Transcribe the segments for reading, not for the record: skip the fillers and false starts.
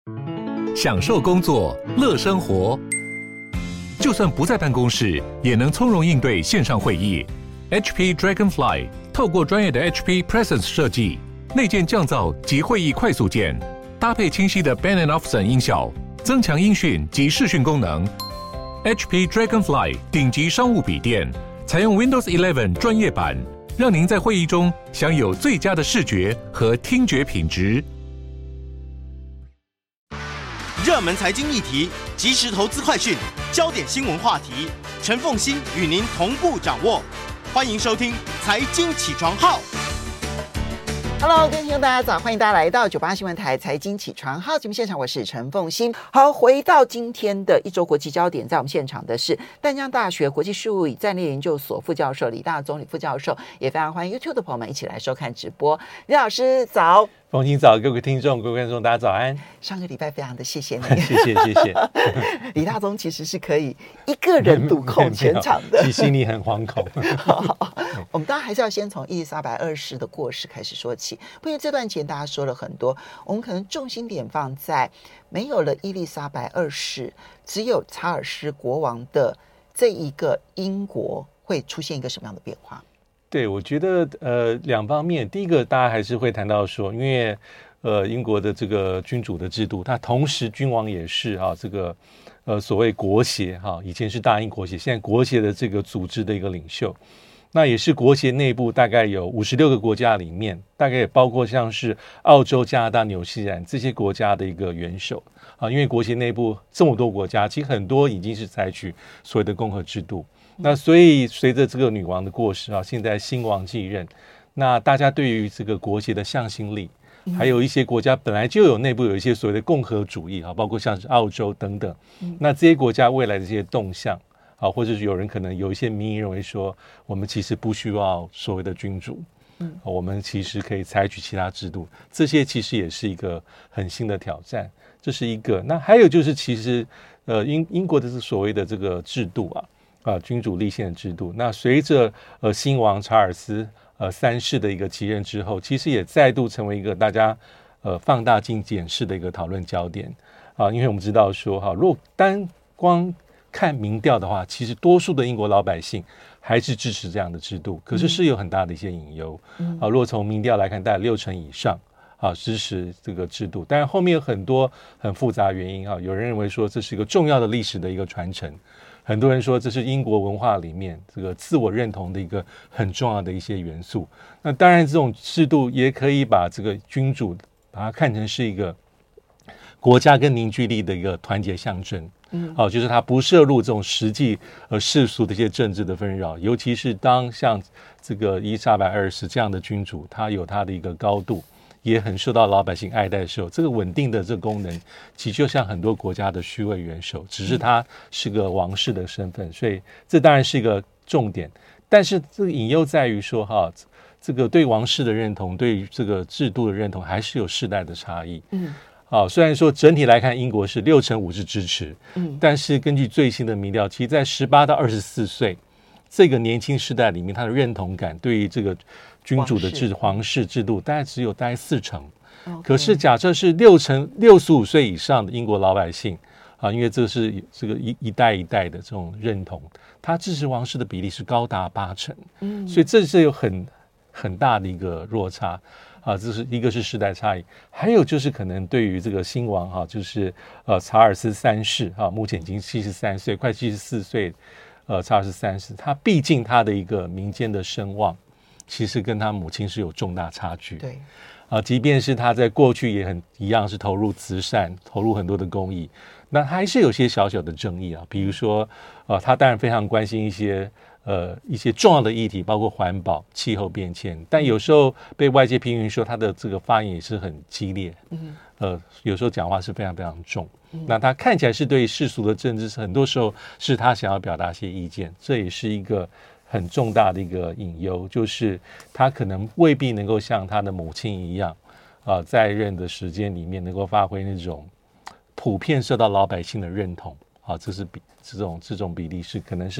享受工作，乐生活。就算不在办公室，也能从容应对线上会议。HP Dragonfly 透过专业的 HP Presence 设计，内建降噪及会议快速键，搭配清晰的 Bang & Olufsen 音效，增强音讯及视讯功能。HP Dragonfly 顶级商务笔电，采用 Windows 11专业版，让您在会议中享有最佳的视觉和听觉品质。 热门财经议题、即时投资快讯、焦点新闻话题，陈凤馨与您同步掌握。欢迎收听《财经起床号》。 Hello， 各位听众大家早，欢迎大家来到98新闻台财经起床号节目现场，我是陈凤馨。好，回到今天的一周国际焦点，在我们现场的是淡江大学国际事务与战略研究所副教授李大宗李副教授，也非常欢迎 YouTube 的朋友们一起来收看直播。李老师早。 凤馨早，各位听众、各位观众，大家早安。 上个礼拜非常的谢谢你， 谢谢。 李大宗其实是可以一个人独控全场的， 其实心里很惶恐。 好，我们当然还是要先从伊丽莎白二世的过世开始说起，因为这段前大家说了很多，我们可能重心点放在没有了伊丽莎白二世，只有查尔斯国王的这一个英国会出现一个什么样的变化？ 对，我觉得两方面，第一个大家还是会谈到说，因为英国的这个君主的制度，它同时君王也是这个所谓国协以前是大英国协，现在国协的这个组织的一个领袖，那也是国协内部大概有56个国家里面，大概也包括像是澳洲、加拿大、纽西兰这些国家的一个元首因为国协内部这么多国家，其实很多已经是采取所谓的共和制度。那所以随着这个女王的过世现在新王继任，那大家对于这个国协的向心力，还有一些国家本来就有内部有一些所谓的共和主义包括像是澳洲等等，那这些国家未来的这些动向或者是有人可能有一些民意认为说，我们其实不需要所谓的君主，我们其实可以采取其他制度，这些其实也是一个很新的挑战，这是一个。那还有就是其实英国的是所谓的这个制度君主立宪的制度，那随着新王查尔斯三世的一个继任之后，其实也再度成为一个大家放大镜检视的一个讨论焦点因为我们知道说如果单光看民调的话，其实多数的英国老百姓还是支持这样的制度，可是有很大的一些隐忧如果从民调来看，大概60%以上支持这个制度，但是后面有很多很复杂原因有人认为说这是一个重要的历史的一个传承，很多人说这是英国文化里面这个自我认同的一个很重要的一些元素。那当然这种制度也可以把这个君主把它看成是一个国家跟凝聚力的一个团结象征就是它不涉入这种实际世俗的一些政治的纷扰，尤其是当像这个伊丽莎白二世这样的君主，他有他的一个高度，也很受到老百姓爱戴的时候，这个稳定的这个功能其实就像很多国家的虚位元首，只是他是个王室的身份，所以这当然是一个重点。但是这个隐忧在于说这个对王室的认同，对于这个制度的认同还是有世代的差异虽然说整体来看英国是65%是支持但是根据最新的民调，其实在18到24岁这个年轻世代里面，他的认同感对于这个君主的皇室制度大概只有大概40%可是假设是65岁以上的英国老百姓因为这是这个一代一代的这种认同，他支持王室的比例是高达80%所以这是有很大的一个落差这是一个是世代差异，还有就是可能对于这个新王就是查尔斯三世目前已经73岁快74岁查尔斯三世，他毕竟他的一个民间的声望其实跟他母亲是有重大差距， 对即便是他在过去也一样是投入慈善，投入很多的公益，那还是有些小小的争议比如说他当然非常关心一些重要的议题，包括环保、气候变迁，但有时候被外界批评说他的这个发言也是很激烈有时候讲话是非常非常重那他看起来是对世俗的政治，很多时候是他想要表达一些意见，这也是一个很重大的一个隐忧，就是他可能未必能够像他的母亲一样在任的时间里面能够发挥那种普遍受到老百姓的认同这是这种比例是可能是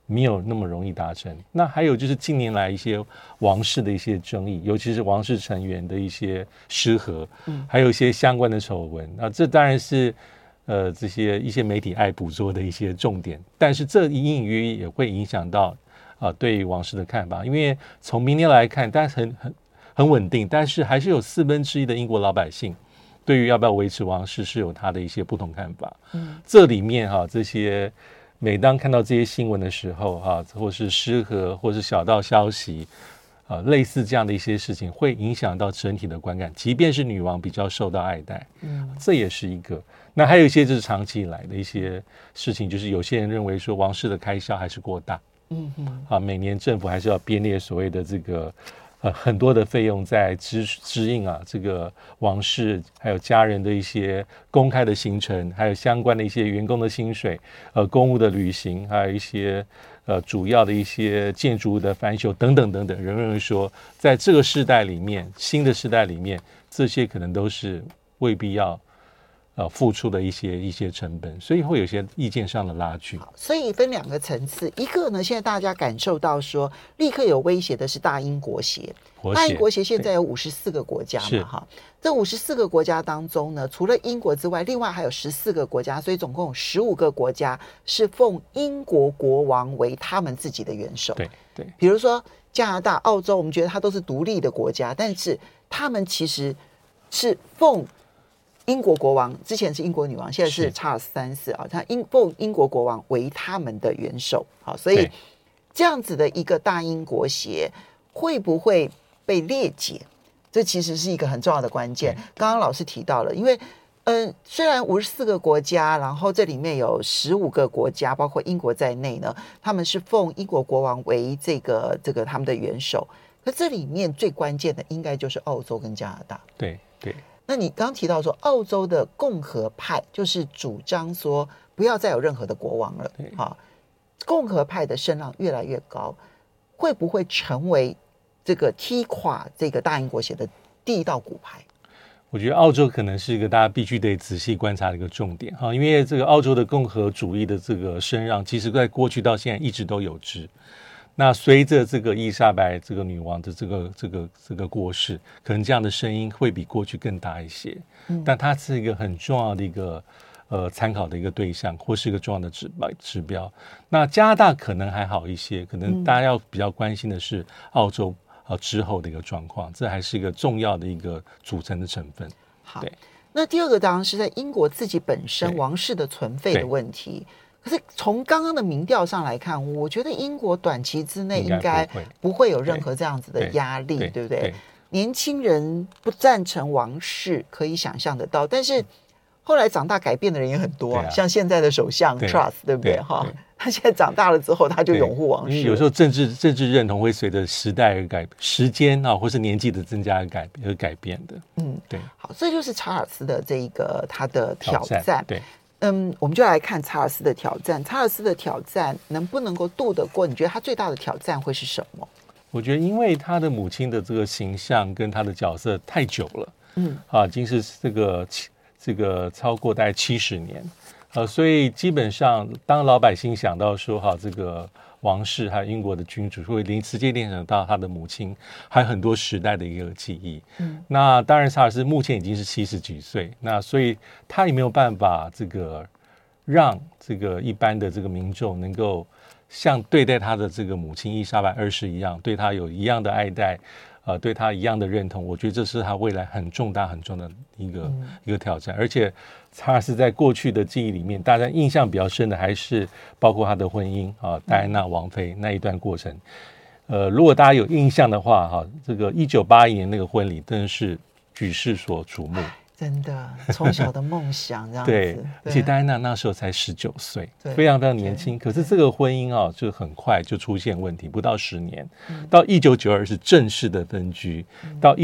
没有那么容易达成。那还有就是近年来一些王室的一些争议，尤其是王室成员的一些失和，还有一些相关的丑闻。那这当然是这些一些媒体爱捕捉的一些重点，但是这隐隐约约也会影响到对于王室的看法。因为从明年来看，但是很稳定，但是还是有1/4的英国老百姓对于要不要维持王室是有他的一些不同看法。这里面这些每当看到这些新闻的时候或是失和或是小道消息类似这样的一些事情，会影响到整体的观感，即便是女王比较受到爱戴，这也是一个。那还有一些就是长期以来的一些事情，就是有些人认为说王室的开销还是过大，每年政府还是要编列所谓的这个很多的费用在支应这个王室还有家人的一些公开的行程，还有相关的一些员工的薪水，公务的旅行，还有一些主要的一些建筑物的翻修等等等等。人认为说，在这个世代里面，新的世代里面，这些可能都是未必要付出的一些成本，所以会有些意见上的拉锯。 所以分2个层次，一个呢，现在大家感受到说，立刻有威胁的是大英国协。大英国协现在有54个国家嘛，哈，这54个国家当中呢，除了英国之外，另外还有14个国家，所以总共有15个国家是奉英国国王为他们自己的元首。 对， 比如说加拿大、澳洲，我们觉得它都是独立的国家，但是他们其实是奉英国国王，之前是英国女王，现在是查尔斯3世他奉英国国王为他们的元首。好，所以这样子的一个大英国协会不会被列解，这其实是一个很重要的关键。刚刚老师提到了，因为虽然54个国家，然后这里面有15个国家，包括英国在内呢，他们是奉英国国王为这个他们的元首，可这里面最关键的应该就是澳洲跟加拿大。 对。 那你刚提到说，澳洲的共和派就是主张说不要再有任何的国王了，共和派的声浪越来越高，会不会成为这个踢垮这个大英国协的第一道骨牌？ 我觉得澳洲可能是一个大家必须得仔细观察的一个重点因为这个澳洲的共和主义的这个声浪，其实在过去到现在一直都有之。那随着这个伊丽莎白这个女王的这个过世，可能这样的声音会比过去更大一些。但它是一个很重要的一个参考的一个对象，或是一个重要的指标。那加拿大可能还好一些，可能大家要比较关心的是澳洲之后的一个状况，这还是一个重要的一个组成的成分。 好，对。那第二个当然是在英国自己本身王室的存废的问题。可是从刚刚的民调上来看，我觉得英国短期之内应该不会有任何这样子的压力， 对不对？年轻人不赞成王室可以想象得到，但是后来长大改变的人也很多像现在的首相 Truss， 对不对？他现在长大了之后，他就拥护王室。 有时候政治认同会随着时代而改，时间或是年纪的增加而改变的。对。 好，这就是查尔斯的这一个他的挑战。 对。 我们就来看查尔斯的挑战。查尔斯的挑战能不能够度得过？你觉得他最大的挑战会是什么？ 我觉得，因为他的母亲的这个形象跟他的角色太久了，已经是这个超过大概70年，所以基本上，当老百姓想到说，这个王室还有英国的君主，会直接联想到他的母亲，还有很多时代的一个记忆。那当然，查尔斯目前已经是70几岁，那所以他也没有办法让这个一般的这个民众能够像对待他的这个母亲伊丽莎白2世一样，对他有一样的爱戴，对他一样的认同。我觉得这是他未来很重大的一个挑战。而且查尔斯在过去的记忆里面，大家印象比较深的还是包括他的婚姻戴安娜王妃那一段过程。如果大家有印象的话，这个1981年那个婚礼真的是举世所瞩目。 真的，从小的梦想这样子。 对，而且戴安娜那时候才19岁，非常非常年轻。可是这个婚姻就很快就出现问题，不到10年，到1992是正式的分居，到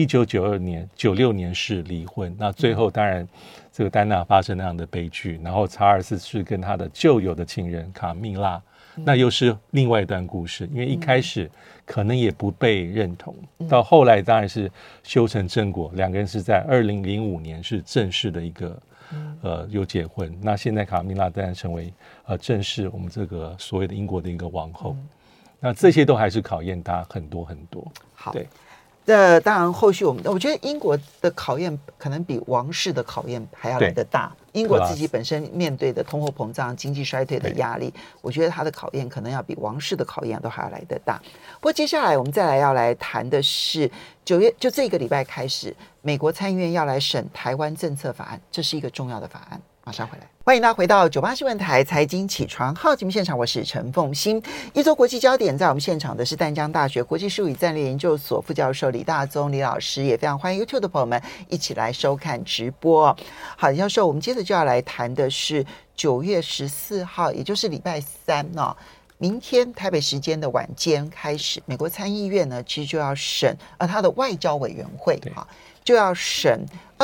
1996年是离婚。那最后当然这个戴安娜发生那样的悲剧，然后查尔斯是跟他的旧有的情人卡蜜拉，那又是另外一段故事。因为一开始可能也不被认同，到后来当然是修成正果，两个人是在2005年是正式的一个有结婚。那现在卡米拉当然成为正式我们这个所谓的英国的一个王后。那这些都还是考验他很多很多。 好， 对。 当然，后续我觉得英国的考验可能比王室的考验还要来得大。英国自己本身面对的通货膨胀、经济衰退的压力，我觉得它的考验可能要比王室的考验都还要来得大。不过接下来我们再来要来谈的是9月，就这个礼拜开始，美国参议院要来审台湾政策法案，这是一个重要的法案。马上回来，欢迎大家回到98新闻台财经起床号节目现场，我是陈凤馨。一周国际焦点，在我们现场的是淡江大学国际事务与战略研究所副教授李大宗李老师，也非常欢迎 YouTube 的朋友们一起来收看直播。好，李教授，我们接着就要来谈的是9月14号，也就是礼拜三哦。明天台北时间的晚间开始，美国参议院呢，其实就要审他的外交委员会就要审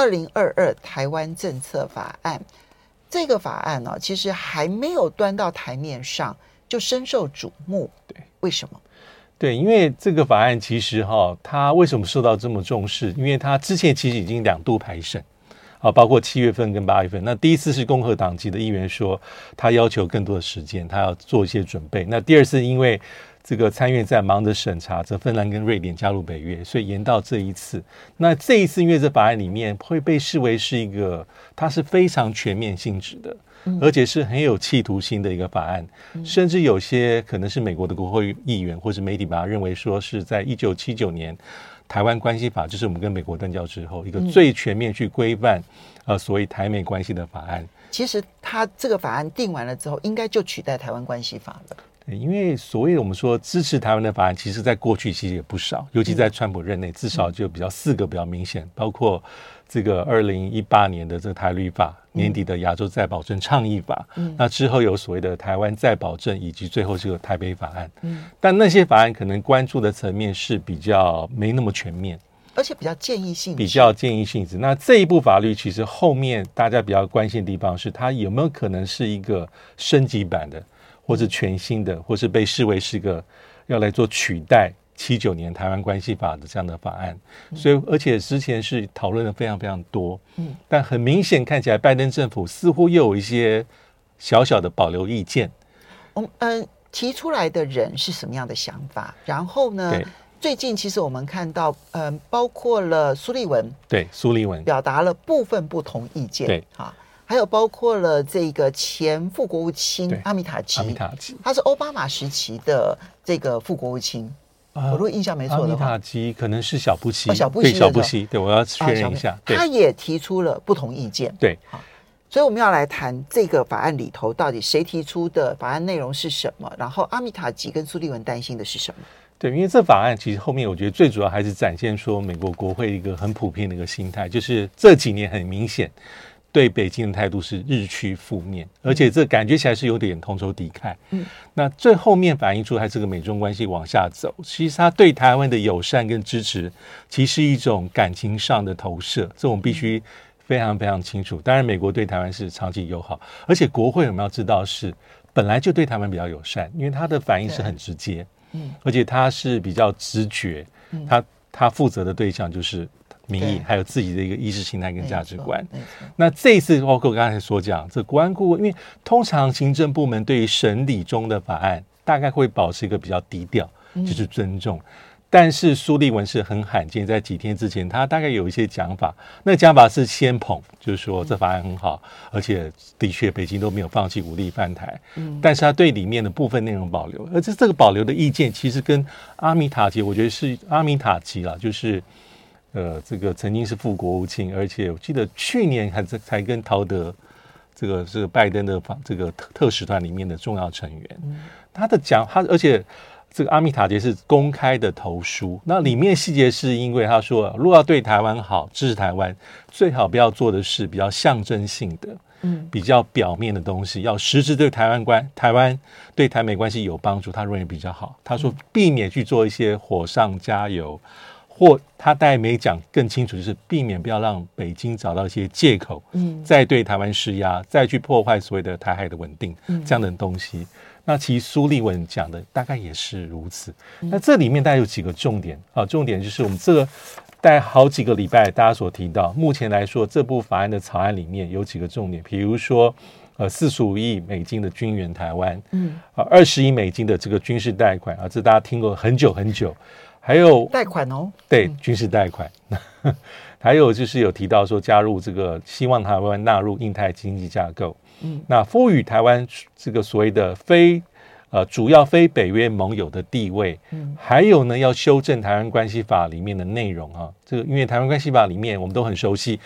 2022台湾政策法案。这个法案呢，其实还没有端到台面上，就深受瞩目。对，为什么？ 对，因为这个法案其实它为什么受到这么重视？因为它之前其实已经2度排审，包括7月份跟8月份。那第一次是共和党籍的议员说，他要求更多的时间，他要做一些准备。那第二次因为这个参院在忙着审查这芬兰跟瑞典加入北约，所以延到这一次。那这一次因为这法案里面会被视为是一个它是非常全面性质的，而且是很有企图心的一个法案，甚至有些可能是美国的国会议员或是媒体把它认为说是在1979年台湾关系法，就是我们跟美国断交之后一个最全面去规范所谓台美关系的法案。 其实它这个法案定完了之后，应该就取代台湾关系法了。 因为所谓的我们说支持台湾的法案，其实在过去其实也不少，尤其在川普任内，至少就4个比较明显，包括这个2018年的这个台旅法，年底的亚洲再保证倡议法，那之后有所谓的台湾再保证，以及最后这个台北法案。但那些法案可能关注的层面是比较没那么全面， 而且比较建议性质。 那这一部法律其实后面大家比较关心的地方是，它有没有可能是一个升级版的，或是全新的，或是被视为是个要来做取代79年台湾关系法的这样的法案。所以而且之前是讨论的非常非常多，但很明显看起来拜登政府似乎又有一些小小的保留意见。 提出来的人是什么样的想法？然后呢，最近其实我们看到包括了苏立文表达了部分不同意见。对啊，还有包括了这个前副国务卿阿米塔吉，他是奥巴马时期的这个副国务卿。我如果印象没错的话，阿米塔吉可能是小布希， 小布希， 对，我要确认一下。 他也提出了不同意见。 对， 好，所以我们要来谈这个法案里头到底谁提出的法案内容是什么，然后阿米塔吉跟苏立文担心的是什么。 对，因为这法案其实后面我觉得最主要还是展现说美国国会一个很普遍的一个心态，就是这几年很明显对北京的态度是日趋负面，而且这感觉起来是有点同仇敌忾。那最后面反映出它这个美中关系往下走，其实它对台湾的友善跟支持，其实是一种感情上的投射，这我们必须非常非常清楚。当然，美国对台湾是长期友好，而且国会我们要知道是本来就对台湾比较友善，因为它的反应是很直接，而且它是比较直觉，它负责的对象就是民意，还有自己的一个意识形态跟价值观。那这一次包括刚才所讲，这国安顾问，因为通常行政部门对于审理中的法案，大概会保持一个比较低调，就是尊重。但是苏立文是很罕见，在几天之前，他大概有一些讲法，那讲法是先捧，就是说这法案很好，而且的确北京都没有放弃武力犯台，但是他对里面的部分内容保留，而这个保留的意见，其实跟阿米塔吉，我觉得是阿米塔吉啦，就是这个曾经是副国务卿，而且我记得去年才跟陶德这个是拜登的这个特使团里面的重要成员，他的讲他而且。这个阿米塔吉是公开的投书，那里面细节是因为他说，如果要对台湾好，支持台湾，最好不要做的是比较象征性的，比较表面的东西，要实质对台湾对台美关系有帮助，他认为比较好。他说避免去做一些火上加油，或他大概没讲更清楚，就是避免不要让北京找到一些借口，再对台湾施压，再去破坏所谓的台海的稳定，这样的东西。那其实苏立文讲的大概也是如此。那这里面大概有几个重点啊，重点就是我们这个在好几个礼拜大家所提到，目前来说这部法案的草案里面有几个重点，比如说45亿美金的军援台湾，20亿美金的这个军事贷款啊，这大家听过很久很久，还有贷款哦， 对，军事贷款。还有就是有提到说加入这个，希望台湾纳入印太经济架构，那赋予台湾这个所谓的主要非北约盟友的地位，还有呢要修正台湾关系法里面的内容啊，这个因为台湾关系法里面我们都很熟悉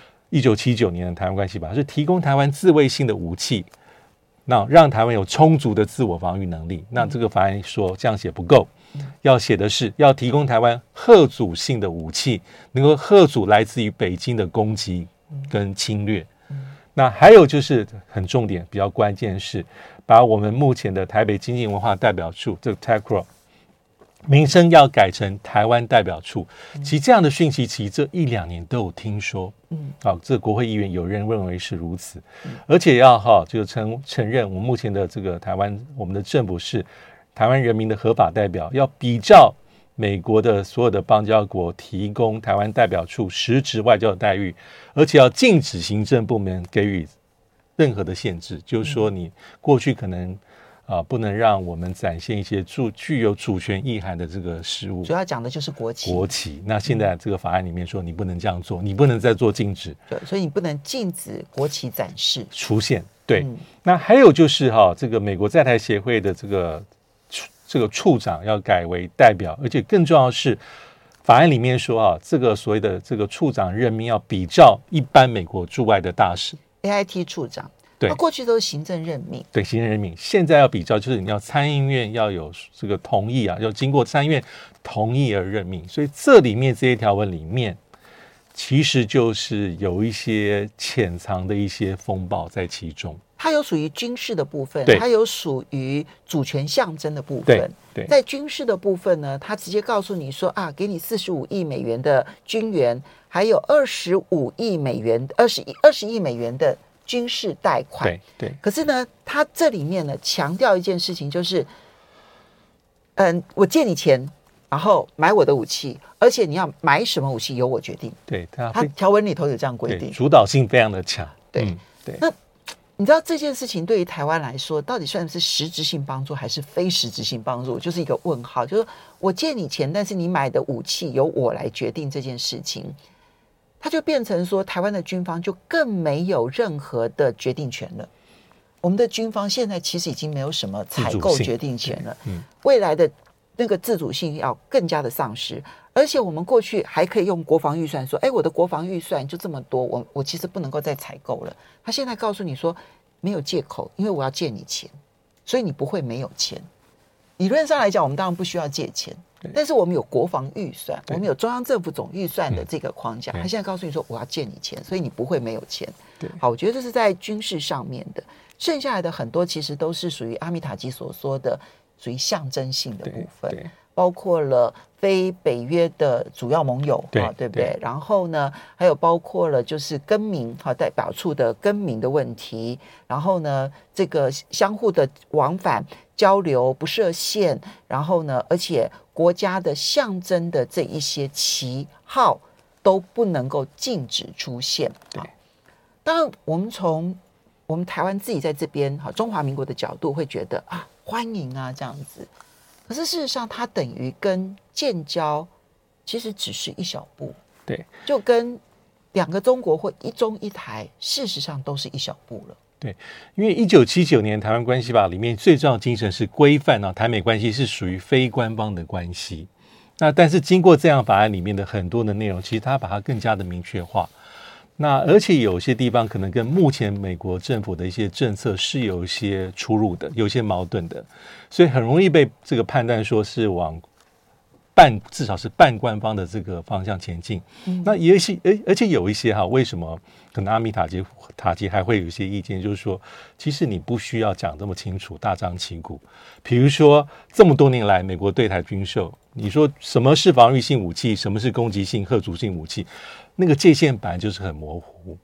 ，1979年的台湾关系法是提供台湾自卫性的武器，那让台湾有充足的自我防御能力。那这个法案说这样写不够，要写的是要提供台湾嚇阻性的武器，能够嚇阻来自于北京的攻击跟侵略。那还有就是很重点比较关键是把我们目前的台北经济文化代表处这个 TACRO 名称要改成台湾代表处。其实这样的讯息其实这1-2年都有听说，这国会议员有人认为是如此，而且要就承认我们目前的这个台湾，我们的政府是台湾人民的合法代表，要比照美国的所有的邦交国提供台湾代表处实质外交的待遇，而且要禁止行政部门给予任何的限制，就是说你过去可能不能让我们展现一些具有主权意涵的这个事物， 主要讲的就是国旗。 那现在这个法案里面说你不能这样做，你不能再做禁止， 对，所以你不能禁止国旗展示出现。对，那还有就是这个美国在台协会的这个处长要改为代表，而且更重要的是，法案里面说这个所谓的这个处长任命要比照一般美国驻外的大使 AIT 处长。 对， 过去都是行政任命， 对，行政任命，现在要比照，就是你要参议院要有这个同意要经过参议院同意而任命，所以这里面这些条文里面，其实就是有一些潜藏的一些风暴在其中。 它有属于军事的部分，它有属于主权象征的部分。 对， 在军事的部分呢，它直接告诉你说给你45亿美元的军援，还有25亿美元、20亿美元的军事贷款。 对。 可是呢，它这里面呢强调一件事情，就是我借你钱，然后买我的武器，而且你要买什么武器由我决定。 对， 它条文里头有这样规定， 主导性非常的强。 对。那你知道这件事情对于台湾来说，到底算是实质性帮助还是非实质性帮助？就是一个问号。就是我借你钱，但是你买的武器由我来决定这件事情，它就变成说，台湾的军方就更没有任何的决定权了。我们的军方现在其实已经没有什么采购决定权了，未来的那个自主性要更加的丧失。而且我们过去还可以用国防预算说，我的国防预算就这么多，我其实不能够再采购了。他现在告诉你说没有借口，因为我要借你钱，所以你不会没有钱。理论上来讲，我们当然不需要借钱，但是我们有国防预算，我们有中央政府总预算的这个框架。他现在告诉你说我要借你钱，所以你不会没有钱。好，我觉得这是在军事上面的，剩下来的很多其实都是属于阿米塔基所说的属于象征性的部分，包括了非北约的主要盟友，对不对？然后呢，还有包括了就是更名代表处的更名的问题，然后呢，这个相互的往返交流不设限，然后呢，而且国家的象征的这一些旗号都不能够禁止出现。当然，我们从我们台湾自己在这边中华民国的角度会觉得欢迎这样子。可是事实上，它等于跟建交其实只是一小步， 对， 就跟2个中国或一中一台，事实上都是一小步了。 对，因为1979年台湾关系法里面最重要的精神是规范台美关系是属于非官方的关系。那但是经过这样法案里面的很多的内容，其实它把它更加的明确化。那而且有些地方可能跟目前美国政府的一些政策是有一些出入的，有一些矛盾的，所以很容易被这个判断说是往至少是半官方的这个方向前进。那而且有一些为什么可能阿米塔基还会有一些意见，就是说其实你不需要讲这么清楚大张旗鼓。比如说这么多年来美国对台军售，你说什么是防御性武器，什么是攻击性吓阻性武器，那个界限本来就是很模糊。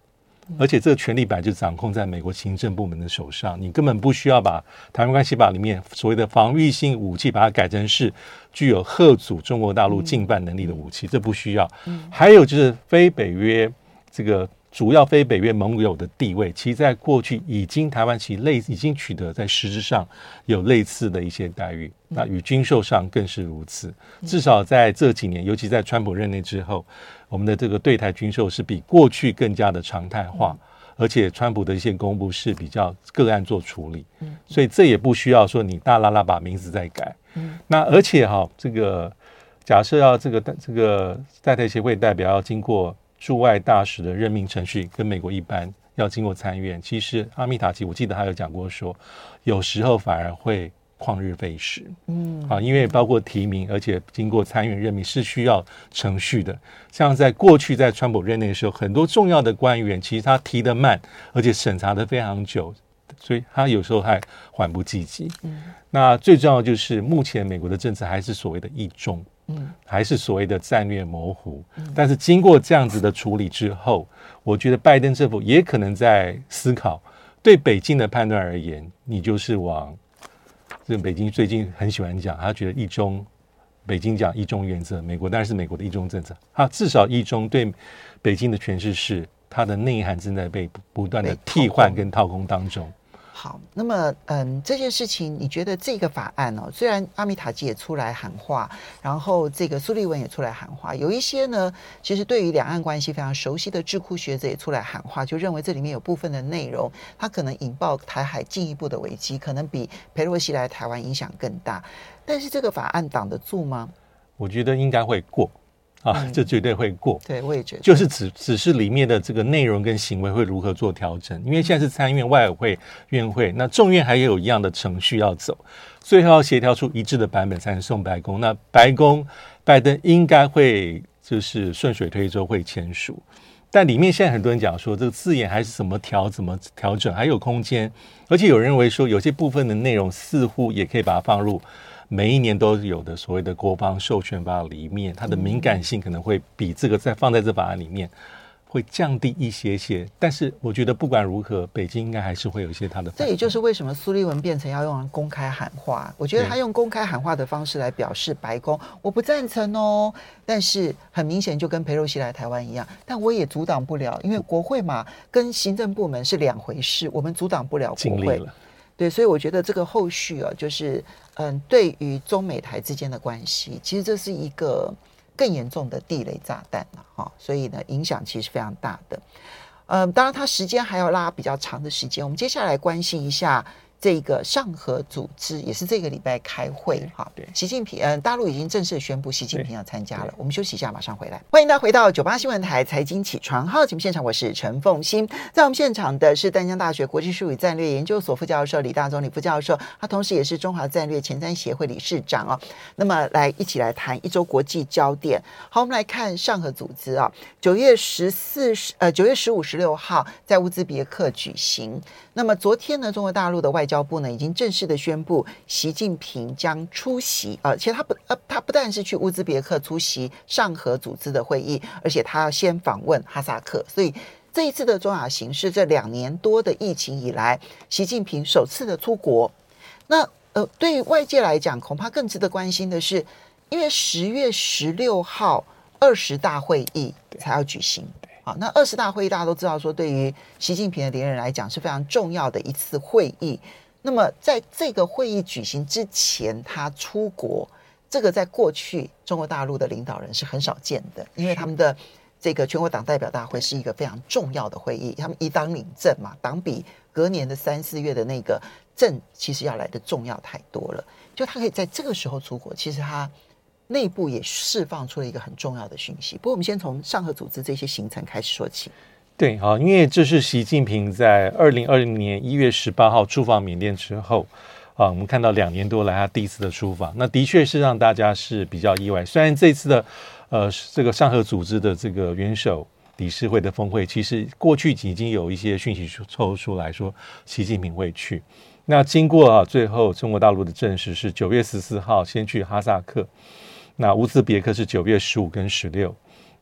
而且这个权力本来就掌控在美国行政部门的手上，你根本不需要把台湾关系法里面所谓的防御性武器把它改成是具有嚇阻中国大陆进犯能力的武器，这不需要。还有就是非北约这个主要非北约盟友的地位，其实在过去台湾其实已经取得在实质上有类似的一些待遇，那与军售上更是如此。至少在这几年，尤其在川普任内之后，我们的这个对台军售是比过去更加的常态化，而且川普的一些公布是比较个案做处理，所以这也不需要说你大拉拉把名字再改。那而且这个假设要这个在台协会代表要经过驻外大使的任命程序，跟美国一般要经过参院，其实阿米塔奇我记得他有讲过说，有时候反而会旷日费时，因为包括提名，而且经过参院任命是需要程序的。像在过去在川普任内的时候，很多重要的官员其实他提得慢，而且审查得非常久，所以他有时候还缓不济急。那最重要的就是目前美国的政策还是所谓的一中，还是所谓的战略模糊。但是经过这样子的处理之后，我觉得拜登政府也可能在思考，对北京的判断而言，你就是往这个北京最近很喜欢讲，他觉得一中，北京讲一中原则，美国当然是美国的一中政策，他至少一中对北京的诠释是它的内涵正在被不断的替换跟掏空当中。 好，那么这件事情你觉得这个法案虽然阿米塔基也出来喊话，然后这个苏利文也出来喊话，有一些呢其实对于两岸关系非常熟悉的智库学者也出来喊话，就认为这里面有部分的内容它可能引爆台海进一步的危机，可能比裴洛西来台湾影响更大。但是这个法案挡得住吗？我觉得应该会过这绝对会过。 对，我也觉得就是只是里面的这个内容跟行为会如何做调整，因为现在是参院、外委会、院会，那众院还有一样的程序要走，最后要协调出一致的版本才能送白宫。那拜登应该会就是顺水推舟会签署，但里面现在很多人讲说这个字眼还是怎么调整还有空间，而且有人认为说有些部分的内容似乎也可以把它放入每一年都有的所谓的国防授权法里面，它的敏感性可能会比这个再放在这法案里面会降低一些些，但是我觉得不管如何，北京应该还是会有一些它的反应。 这也就是为什么苏利文变成要用公开喊话，我觉得他用公开喊话的方式来表示白宫我不赞成但是很明显就跟裴洛西来台湾一样，但我也阻挡不了，因为国会嘛跟行政部门是两回事，我们阻挡不了国会。对，所以我觉得这个后续就是对于中美台之间的关系，其实这是一个更严重的地雷炸弹所以呢影响其实非常大的。当然它时间还要拉比较长的时间，我们接下来关心一下这个上合组织也是这个礼拜开会习近平大陆已经正式宣布习近平要参加了。我们休息一下马上回来，欢迎大家回到98新闻台财经起床号节目现场，我是陈凤馨。在我们现场的是淡江大学国际术语战略研究所副教授李大中李副教授，他同时也是中华战略前瞻协会理事长那么一起来谈一周国际焦点。好，我们来看上合组织9月15、16号在乌兹别克举行。那么昨天呢，中国大陆的外交部呢已经正式的宣布，习近平将出席其实他不但是去乌兹别克出席上合组织的会议，而且他要先访问哈萨克，所以这一次的中亚行是这2年多的疫情以来，习近平首次的出国。那对于外界来讲，恐怕更值得关心的是，因为10月16号20大会议才要举行。那20大会议大家都知道说，对于习近平的连任来讲是非常重要的一次会议。那么在这个会议举行之前他出国，这个在过去中国大陆的领导人是很少见的，因为他们的这个全国党代表大会是一个非常重要的会议，他们以党领政嘛，党比隔年的3、4月的那个政其实要来的重要太多了。就他可以在这个时候出国，其实他内部也释放出了一个很重要的讯息。不过我们先从上合组织这些行程开始说起。 对，好，因为这是习近平在2020年1月18号出访缅甸之后我们看到2年多来他第一次的出访，那的确是让大家是比较意外。虽然这次的这个上合组织的这个元首理事会的峰会，其实过去已经有一些讯息抽出来说习近平会去。那经过最后中国大陆的证实是9月14号先去哈萨克，那乌兹别克是9月15跟16，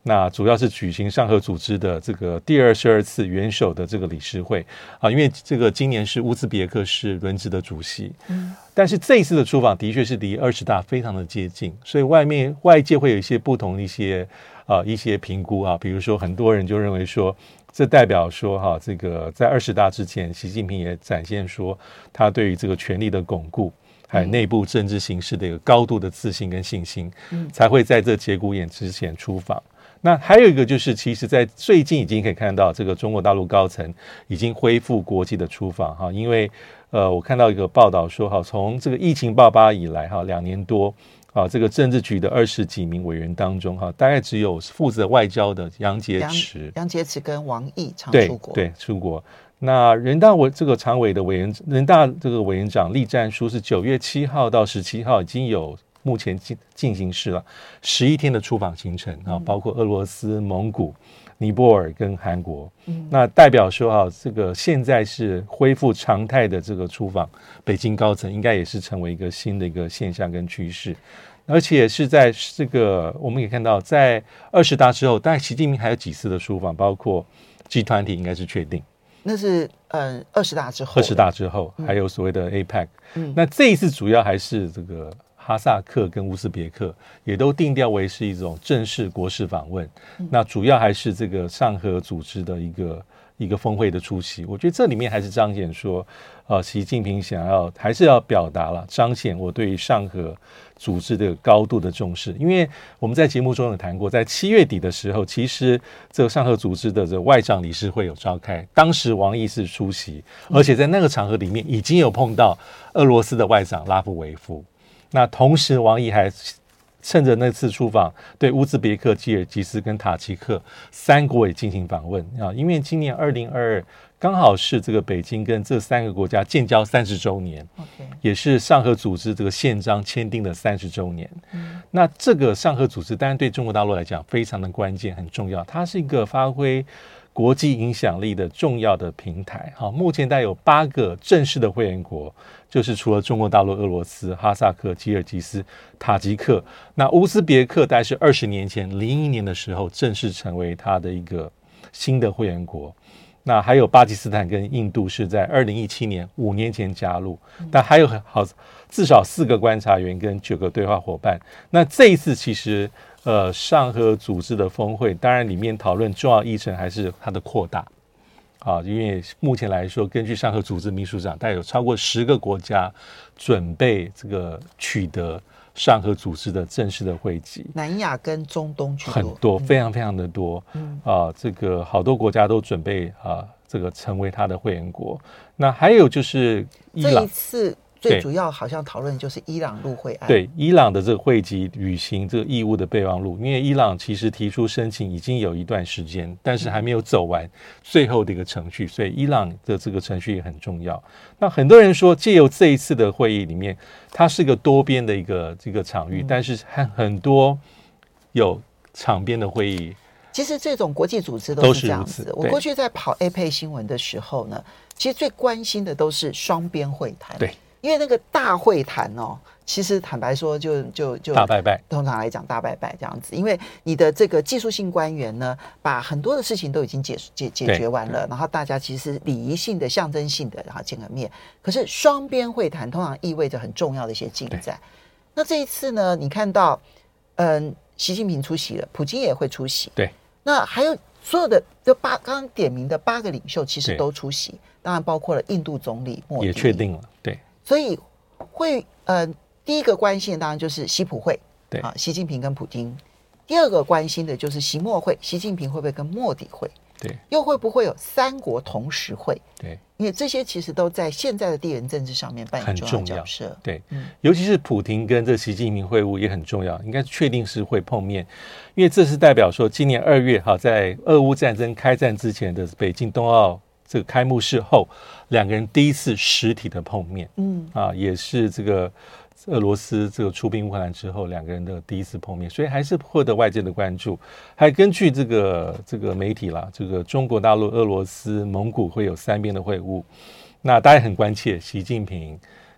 那主要是举行上合组织的这个第22次元首的这个理事会啊，因为这个今年是乌兹别克是轮值的主席，但是这一次的出访的确是离20大非常的接近，所以外界会有一些不同的一些评估啊，比如说很多人就认为说，这代表说哈，这个在20大之前，习近平也展现说他对于这个权力的巩固，还有内部政治形势的一个高度的自信跟信心，才会在这节骨眼之前出访。那还有一个就是，其实在最近已经可以看到，这个中国大陆高层已经恢复国际的出访哈，因为我看到一个报道说哈，从这个疫情爆发以来哈，2年多。这个政治局的20几名委员当中，大概只有负责外交的杨洁篪跟王毅常出国， 对出国。那人大这个常委的人大这个委员长栗战书是9月7号到17号已经有目前进行式了11天的出访行程啊，包括俄罗斯、蒙古、尼泊尔跟韩国。那代表说这个现在是恢复常态的这个出访，北京高层应该也是成为一个新的一个现象跟趋势。而且是在这个我们可以看到，在20大之后，大概习近平还有几次的出访，包括 G20 应该是确定， 那是20大之后， 还有所谓的 APEC。那这一次主要还是这个哈萨克跟乌兹别克也都定调为是一种正式国事访问。那主要还是这个上合组织的一个峰会的出席。我觉得这里面还是彰显说，习近平还是要表达了，彰显我对于上合组织的高度的重视。因为我们在节目中有谈过，在7月底的时候，其实这个上合组织的这个外长理事会有召开，当时王毅是出席，而且在那个场合里面已经有碰到俄罗斯的外长拉夫维夫。那同时王毅还趁着那次出访，对乌兹别克、吉尔吉斯跟塔吉克3国也进行访问啊。因为今年2022刚好是这个北京跟这3个国家建交30周年，也是上合组织这个宪章签订的30周年。那这个上合组织当然对中国大陆来讲非常的关键，很重要，它是一个发挥国际影响力的重要的平台。好，目前大概有8个正式的会员国，就是除了中国大陆、俄罗斯、哈萨克、吉尔吉斯、塔吉克，那乌兹别克大概是20年前01年的时候正式成为它的一个新的会员国。那还有巴基斯坦跟印度是在2017年5年前加入，但还有至少4个观察员跟9个对话伙伴。那这一次其实上合组织的峰会，当然里面讨论重要议程还是它的扩大啊，因为目前来说，根据上合组织秘书长，大概有超过10个国家准备这个取得上合组织的正式的会籍， 南亚跟中东区很多，非常非常的多这个好多国家都准备这个成为它的会员国。那还有就是伊朗， 这一次最主要好像讨论就是伊朗入会案， 对伊朗的这个会籍履行这个义务的备忘录，因为伊朗其实提出申请已经有一段时间，但是还没有走完最后的一个程序，所以伊朗的这个程序也很重要。那很多人说，借由这一次的会议里面，它是个多边的这个场域，但是很多有场边的会议。 其实这种国际组织都是这样子。我过去在跑 APEC 新闻的时候呢，其实最关心的都是双边会谈。 对。 因为那个大会谈其实坦白说就大拜拜， 通常来讲大拜拜这样子，因为你的这个技术性官员呢，把很多的事情都已经解决完了，然后大家其实礼仪性的、象征性的，然后见个面。可是双边会谈通常意味着很重要的一些进展。那这一次呢，你看到习近平出席了，普京也会出席， 对， 那还有所有的刚刚点名的8个领袖其实都出席，当然包括了印度总理莫迪也确定了，对。 所以会第一个关心的当然就是习普会， 对习近平跟普京。第二个关心的就是习莫会，习近平会不会跟莫迪会？ 对， 又会不会有3国同时会？ 对， 因为这些其实都在现在的地缘政治上面扮演重要的角色。 对，尤其是普亭跟这习近平会晤也很重要，应该确定是会碰面，因为这是代表说今年2月在俄乌战争开战之前的北京冬奥这个开幕式后，2个人第一次实体的碰面，也是这个俄罗斯这个出兵乌克兰之后2个人的第一次碰面，所以还是获得外界的关注。还根据这个媒体啦，这个中国大陆、俄罗斯、蒙古会有3边的会晤，那大家很关切习近平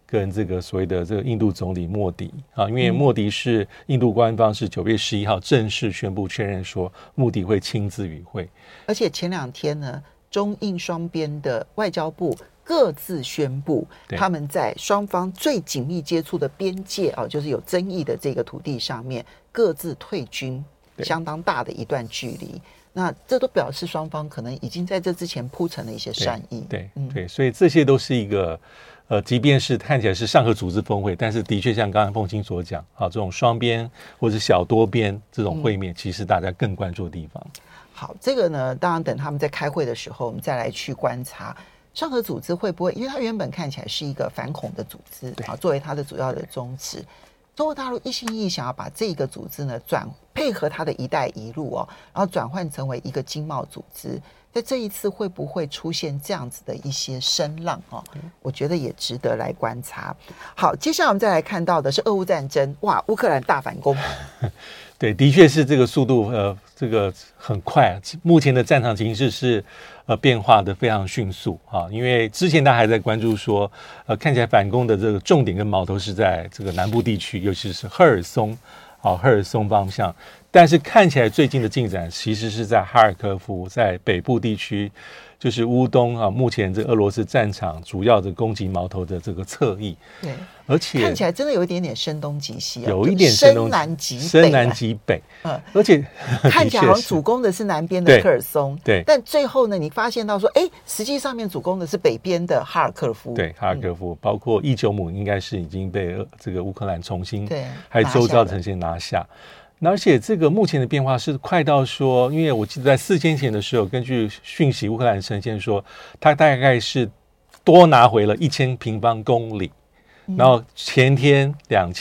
跟这个所谓的这个印度总理莫迪啊，因为莫迪是印度官方是9月11号正式宣布确认说莫迪会亲自与会， 而且前2天呢，中印双边的外交部各自宣布，他们在双方最紧密接触的边界就是有争议的这个土地上面各自退军相当大的一段距离。那这都表示双方可能已经在这之前铺成了一些善意。 对，所以这些都是一个即便是看起来是上合组织峰会，但是的确像刚才凤青所讲这种双边或者小多边这种会面，其实大家更关注的地方。 好，这个呢，当然等他们在开会的时候，我们再来去观察上合组织会不会，因为它原本看起来是一个反恐的组织作为它的主要的宗旨。中国大陆一心一意想要把这个组织呢配合它的一带一路然后转换成为一个经贸组织，在这一次会不会出现这样子的一些声浪我觉得也值得来观察。好，接下来我们再来看到的是俄乌战争，哇，乌克兰大反攻。 对，的确是这个速度这个很快，目前的战场情势是变化的非常迅速因为之前大家还在关注说看起来反攻的这个重点跟矛头是在这个南部地区，尤其是赫尔松方向，但是看起来最近的进展其实是在哈尔科夫，在北部地区，就是乌东目前这俄罗斯战场主要的攻击矛头的这个侧翼。对，而且看起来真的有一点点声东击西有一点深南极北而且看起来好像主攻的是南边的科尔松，对，但最后呢，你发现到说，实际上面主攻的是北边的哈尔科夫。 对，哈尔科夫包括伊久姆应该是已经被这个乌克兰重新还有周遭呈现拿下。而且这个目前的变化是快到说，因为我记得在4天前的时候，根据讯息，乌克兰呈现说，它大概是多拿回了1000平方公里，然后前天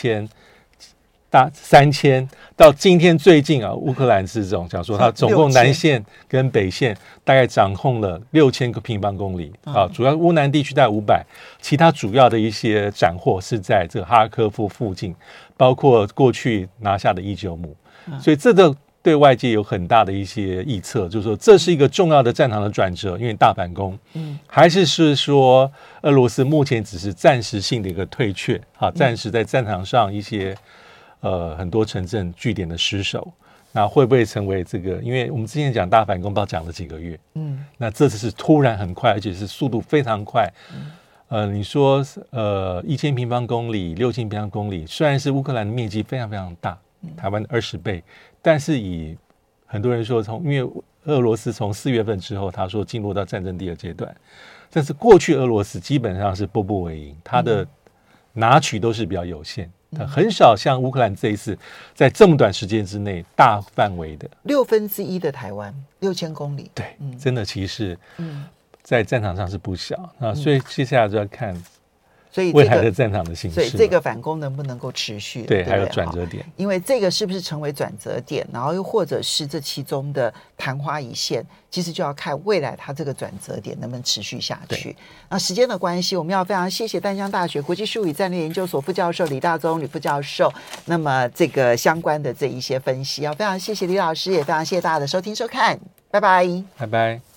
2000。3000到今天最近乌克兰是这种讲说，它总共南线跟北线大概掌控了6000个平方公里主要乌南地区大概500，其他主要的一些斩获是在这个哈尔科夫附近，包括过去拿下的伊久姆，所以这个对外界有很大的一些臆测，就是说这是一个重要的战场的转折，因为大反攻，还是说俄罗斯目前只是暂时性的一个退却暂时在战场上一些很多城镇据点的失守，那会不会成为这个？因为我们之前讲大反攻，不知道讲了几个月，那这次是突然很快，而且是速度非常快。你说1000平方公里、6000平方公里，虽然是乌克兰的面积非常非常大，台湾的20倍，但是以很多人说因为俄罗斯从4月份之后，他说进入到战争第2阶段，但是过去俄罗斯基本上是步步为营，他的拿取都是比较有限。很少像乌克兰这一次在这么短时间之内大范围的 1/6的台湾6000公里， 对，真的其实在战场上是不小所以接下来就要看未来的战场的形势， 所以这个反攻能不能够持续， 对，还有转折点， 因为这个是不是成为转折点，然后又或者是这其中的昙花一现，其实就要看未来它这个转折点能不能持续下去。那时间的关系，我们要非常谢谢淡江大学国际事务与战略研究所副教授李大宗李副教授，那么这个相关的这一些分析，要非常谢谢李老师，也非常谢谢大家的收听收看，拜拜， 拜拜。